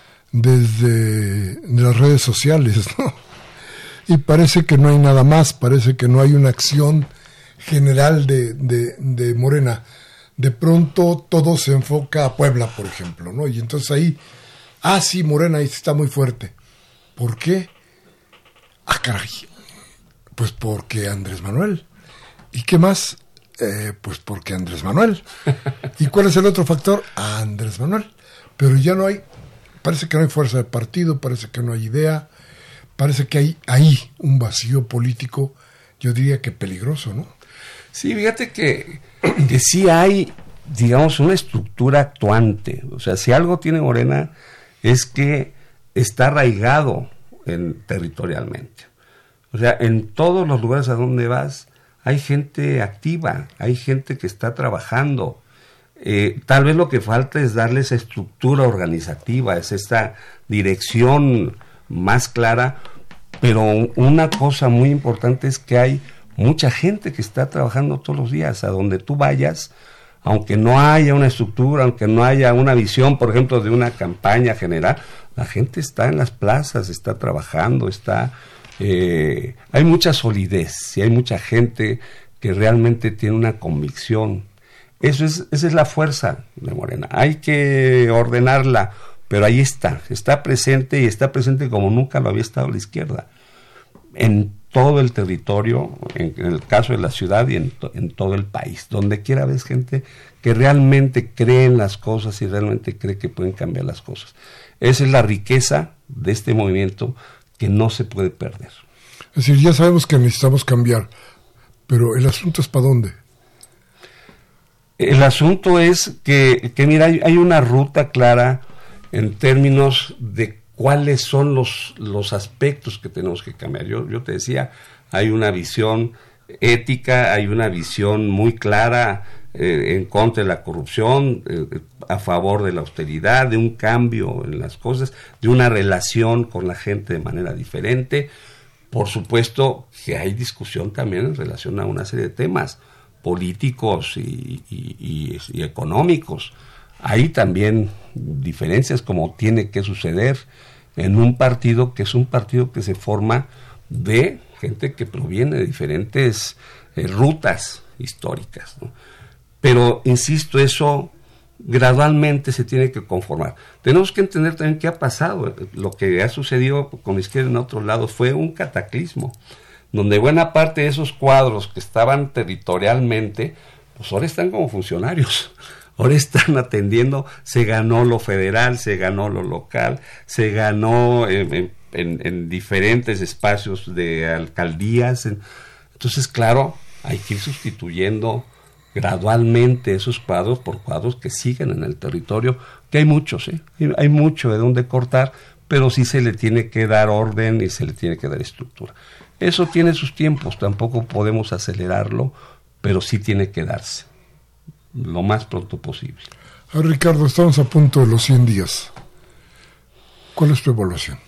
desde de las redes sociales, ¿no? Y parece que no hay nada más, parece que no hay una acción general de, de, de Morena. De pronto todo se enfoca a Puebla, por ejemplo, ¿no? Y entonces ahí, ah, sí, Morena ahí está muy fuerte. ¿Por qué? Ah, caray. Pues porque Andrés Manuel. ¿Y qué más? Eh, pues porque Andrés Manuel. ¿Y cuál es el otro factor? Andrés Manuel. Pero ya no hay, parece que no hay fuerza de partido, parece que no hay idea, parece que hay ahí un vacío político, yo diría que peligroso, ¿no? Sí, fíjate que, que sí hay, digamos, una estructura actuante. O sea, si algo tiene Morena es que está arraigado en, territorialmente. O sea, en todos los lugares a donde vas hay gente activa, hay gente que está trabajando. Eh, tal vez lo que falta es darle esa estructura organizativa, es esta dirección más clara, pero una cosa muy importante es que hay mucha gente que está trabajando todos los días, a donde tú vayas, aunque no haya una estructura, aunque no haya una visión, por ejemplo, de una campaña general, la gente está en las plazas, está trabajando, está, eh, hay mucha solidez y hay mucha gente que realmente tiene una convicción. Eso es, esa es la fuerza de Morena. Hay que ordenarla, pero ahí está, está presente y está presente como nunca lo había estado la izquierda. En todo el territorio, en, en el caso de la ciudad y en, to, en todo el país. Donde quiera ves gente que realmente cree en las cosas y realmente cree que pueden cambiar las cosas. Esa es la riqueza de este movimiento que no se puede perder. Es decir, ya sabemos que necesitamos cambiar, pero el asunto es ¿para dónde? El asunto es que, que mira, hay, hay una ruta clara en términos de cuáles son los, los aspectos que tenemos que cambiar. Yo, yo te decía, hay una visión ética, hay una visión muy clara eh, en contra de la corrupción, eh, a favor de la austeridad, de un cambio en las cosas, de una relación con la gente de manera diferente. Por supuesto que hay discusión también en relación a una serie de temas políticos y, y, y, y económicos. Hay también diferencias, como tiene que suceder en un partido que es un partido que se forma de gente que proviene de diferentes eh, rutas históricas, ¿no? Pero, insisto, eso gradualmente se tiene que conformar. Tenemos que entender también qué ha pasado. Lo que ha sucedido con la izquierda en otros lados fue un cataclismo, donde buena parte de esos cuadros que estaban territorialmente, pues ahora están como funcionarios. Ahora están atendiendo, se ganó lo federal, se ganó lo local, se ganó en, en, en, en diferentes espacios de alcaldías. Entonces, claro, hay que ir sustituyendo gradualmente esos cuadros por cuadros que siguen en el territorio, que hay muchos, ¿eh? Hay mucho de dónde cortar, pero sí se le tiene que dar orden y se le tiene que dar estructura. Eso tiene sus tiempos, tampoco podemos acelerarlo, pero sí tiene que darse lo más pronto posible. A ver, Ricardo, estamos a punto de los cien días. ¿Cuál es tu evaluación?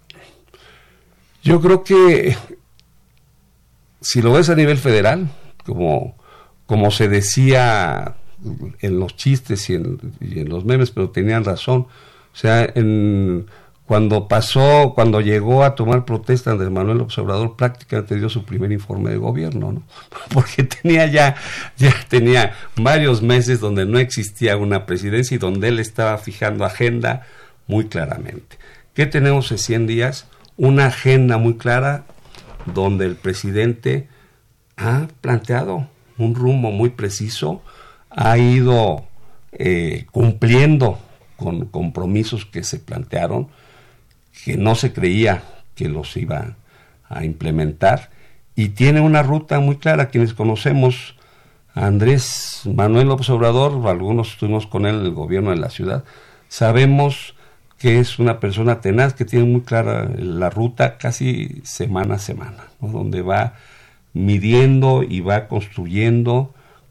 Yo creo que si lo ves a nivel federal, como, como se decía en los chistes y en, y en los memes, pero tenían razón, o sea, en... Cuando pasó, cuando llegó a tomar protesta Andrés Manuel López Obrador, prácticamente dio su primer informe de gobierno, ¿no? Porque tenía ya, ya tenía varios meses donde no existía una presidencia y donde él estaba fijando agenda muy claramente. ¿Qué tenemos en cien días? Una agenda muy clara donde el presidente ha planteado un rumbo muy preciso, ha ido eh, cumpliendo con compromisos que se plantearon, que no se creía que los iba a implementar, y tiene una ruta muy clara. Quienes conocemos a Andrés Manuel López Obrador, algunos estuvimos con él en el gobierno de la ciudad, sabemos que es una persona tenaz, que tiene muy clara la ruta casi semana a semana, ¿no? Donde va midiendo y va construyendo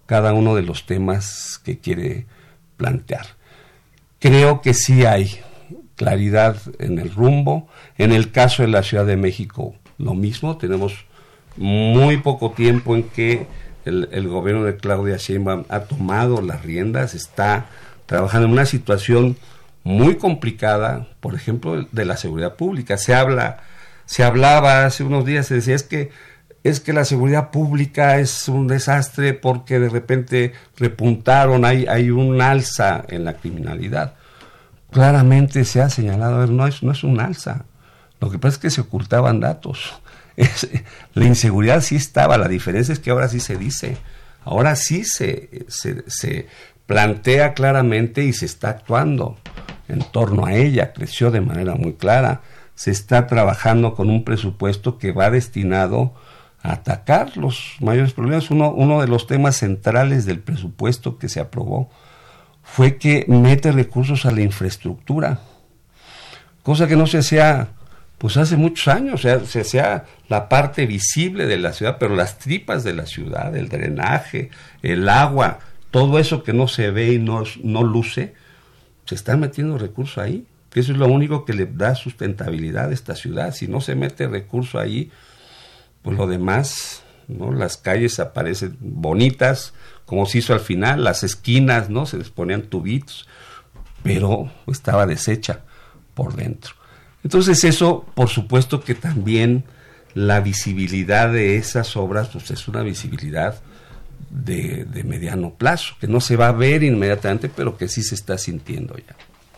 cada uno de los temas que quiere plantear. Creo que sí hay claridad en el rumbo. En el caso de la Ciudad de México, lo mismo. Tenemos muy poco tiempo en que el, el gobierno de Claudia Sheinbaum ha tomado las riendas, está trabajando en una situación muy complicada, por ejemplo, de la seguridad pública. Se habla, se hablaba hace unos días, se decía, es que es que la seguridad pública es un desastre porque de repente repuntaron, hay, hay un alza en la criminalidad. Claramente se ha señalado, a ver, no es, no es un alza, lo que pasa es que se ocultaban datos. Es, la inseguridad sí estaba, la diferencia es que ahora sí se dice, ahora sí se, se, se plantea claramente y se está actuando en torno a ella, creció de manera muy clara, se está trabajando con un presupuesto que va destinado a atacar los mayores problemas. Uno, uno de los temas centrales del presupuesto que se aprobó fue que mete recursos a la infraestructura, cosa que no se hacía pues hace muchos años. O sea, se hacía la parte visible de la ciudad, pero las tripas de la ciudad, el drenaje, el agua, todo eso que no se ve y no, no luce, se están metiendo recursos ahí, que eso es lo único que le da sustentabilidad a esta ciudad. Si no se mete recurso ahí, pues lo demás, ¿no? Las calles aparecen bonitas, como se hizo al final, las esquinas, ¿no? Se les ponían tubitos, pero estaba deshecha por dentro. Entonces eso, por supuesto que también la visibilidad de esas obras, pues es una visibilidad de, de mediano plazo, que no se va a ver inmediatamente, pero que sí se está sintiendo ya.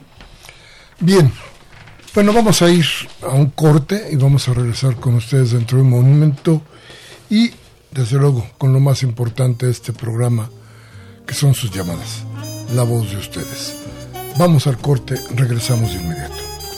Bien. Bueno, vamos a ir a un corte y vamos a regresar con ustedes dentro de un momento y, desde luego, con lo más importante de este programa, que son sus llamadas, la voz de ustedes. Vamos al corte, regresamos de inmediato.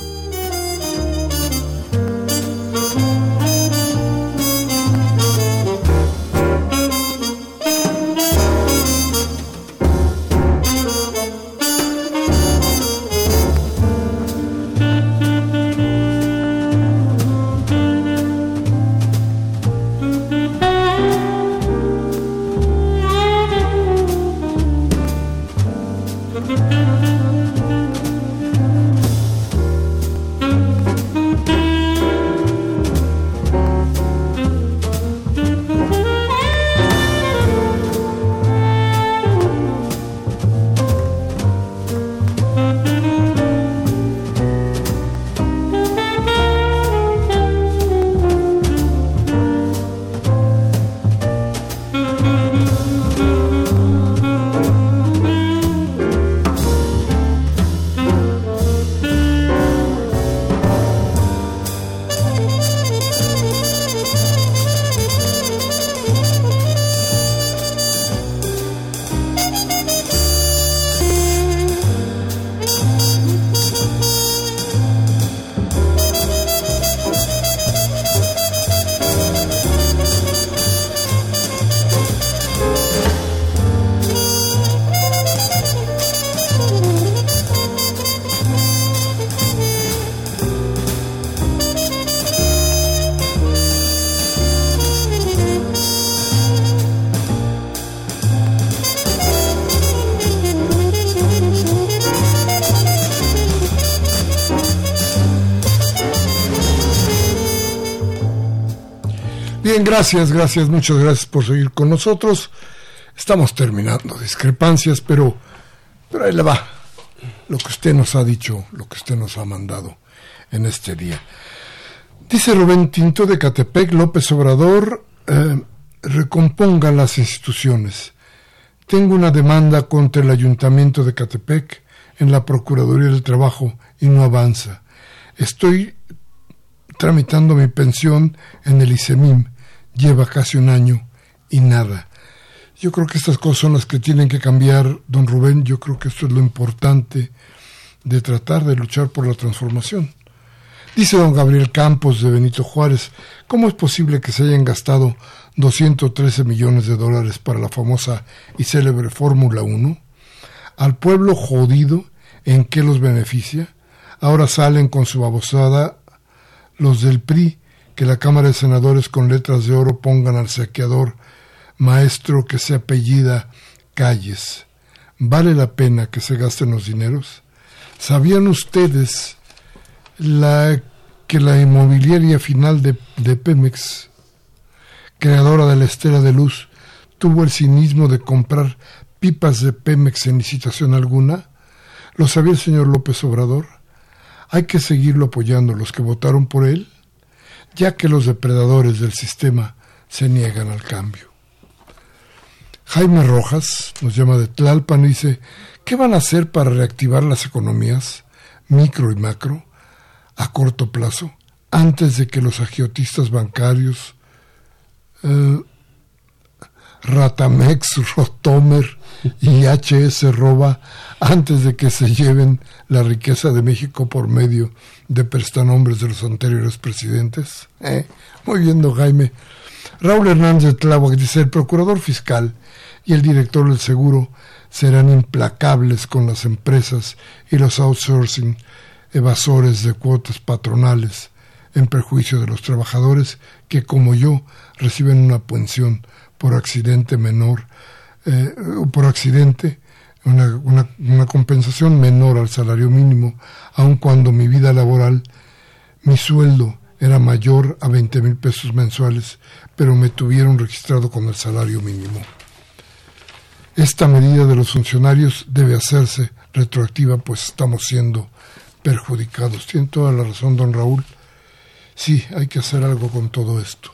Bien, gracias, gracias, muchas gracias por seguir con nosotros. Estamos terminando discrepancias, pero, pero ahí le va lo que usted nos ha dicho, lo que usted nos ha mandado en este día. Dice Rubén Tinto de Catepec, López Obrador eh, recomponga las instituciones. Tengo una demanda contra el Ayuntamiento de Catepec en la Procuraduría del Trabajo y no avanza. Estoy tramitando mi pensión en el ICEMIM. Lleva casi un año y nada. Yo creo que estas cosas son las que tienen que cambiar, don Rubén. Yo creo que esto es lo importante de tratar de luchar por la transformación. Dice don Gabriel Campos de Benito Juárez, ¿cómo es posible que se hayan gastado doscientos trece millones de dólares para la famosa y célebre Fórmula uno? Al pueblo jodido, ¿en qué los beneficia? Ahora salen con su babosada los del P R I, que la Cámara de Senadores con letras de oro pongan al saqueador maestro que se apellida Calles, ¿vale la pena que se gasten los dineros? ¿Sabían ustedes la, que la inmobiliaria final de, de Pemex, creadora de la Estela de Luz, tuvo el cinismo de comprar pipas de Pemex sin licitación alguna? ¿Lo sabía el señor López Obrador? Hay que seguirlo apoyando los que votaron por él, ya que los depredadores del sistema se niegan al cambio. Jaime Rojas nos llama de Tlalpan y dice, ¿qué van a hacer para reactivar las economías, micro y macro, a corto plazo, antes de que los agiotistas bancarios, eh, Ratamex, Rotomer y H S Roba, antes de que se lleven la riqueza de México por medio de prestanombres de los anteriores presidentes? Eh, muy bien, don Jaime. Raúl Hernández de Tláhuac dice, el procurador fiscal y el director del seguro serán implacables con las empresas y los outsourcing evasores de cuotas patronales en perjuicio de los trabajadores que, como yo, reciben una pensión por accidente menor, eh, por accidente, una, una, una compensación menor al salario mínimo, aun cuando mi vida laboral, mi sueldo era mayor a veinte mil pesos mensuales, pero me tuvieron registrado con el salario mínimo. Esta medida de los funcionarios debe hacerse retroactiva, pues estamos siendo perjudicados. Tiene toda la razón, don Raúl. Sí, hay que hacer algo con todo esto.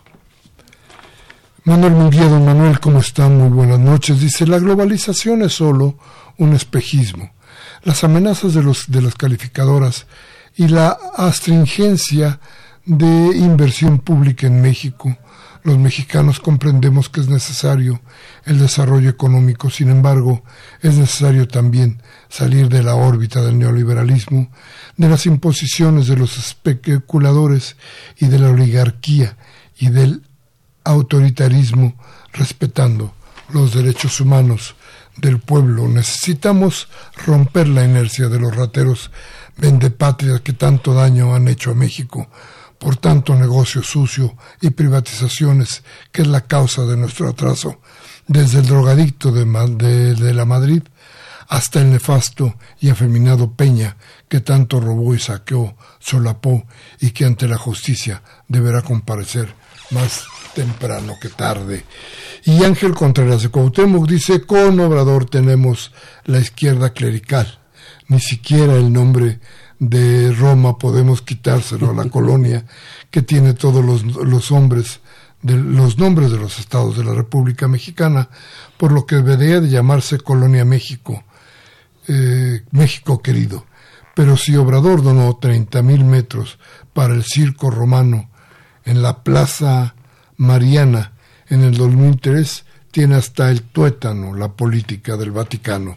Manuel Munguía, don Manuel, ¿cómo está? Muy buenas noches. Dice, la globalización es solo un espejismo. Las amenazas de, los, de las calificadoras y la astringencia de inversión pública en México, los mexicanos comprendemos que es necesario el desarrollo económico. Sin embargo, es necesario también salir de la órbita del neoliberalismo, de las imposiciones de los especuladores y de la oligarquía y del autoritarismo, respetando los derechos humanos del pueblo. Necesitamos romper la inercia de los rateros vendepatrias que tanto daño han hecho a México, por tanto negocio sucio y privatizaciones, que es la causa de nuestro atraso, desde el drogadicto de, de, de la Madrid hasta el nefasto y afeminado Peña, que tanto robó y saqueó, solapó y que ante la justicia deberá comparecer más temprano que tarde. Y Ángel Contreras de Cuauhtémoc dice, con Obrador tenemos la izquierda clerical, ni siquiera el nombre de Roma podemos quitárselo a la colonia que tiene todos los, los hombres de los nombres de los estados de la República Mexicana, por lo que debería de llamarse Colonia México, eh, México querido. Pero si Obrador donó treinta mil metros para el circo romano en la Plaza Mariana en el dos mil tres, tiene hasta el tuétano la política del Vaticano.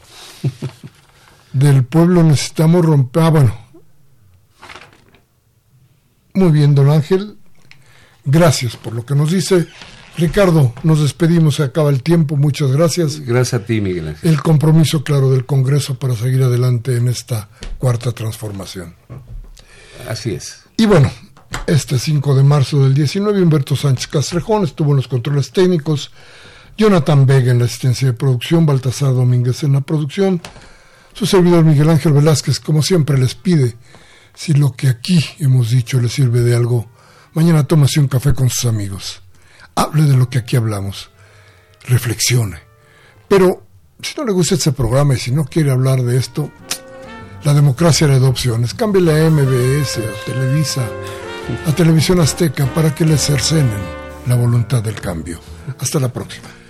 Del pueblo necesitamos romper... Ah, bueno. Muy bien, don Ángel. Gracias por lo que nos dice. Ricardo, nos despedimos, se acaba el tiempo. Muchas gracias. Gracias a ti, Miguel Ángel. El compromiso, claro, del Congreso para seguir adelante en esta cuarta transformación. Así es. Y bueno, este cinco de marzo del diecinueve, Humberto Sánchez Castrejón estuvo en los controles técnicos, Jonathan Vega en la asistencia de producción, Baltasar Domínguez en la producción. Su servidor Miguel Ángel Velázquez, como siempre, les pide, si lo que aquí hemos dicho le sirve de algo, mañana tómase un café con sus amigos. Hable de lo que aquí hablamos. Reflexione. Pero, si no le gusta este programa y si no quiere hablar de esto, la democracia le da opciones. Cámbiale a M B S, a Televisa, a Televisión Azteca, para que le cercenen la voluntad del cambio. Hasta la próxima.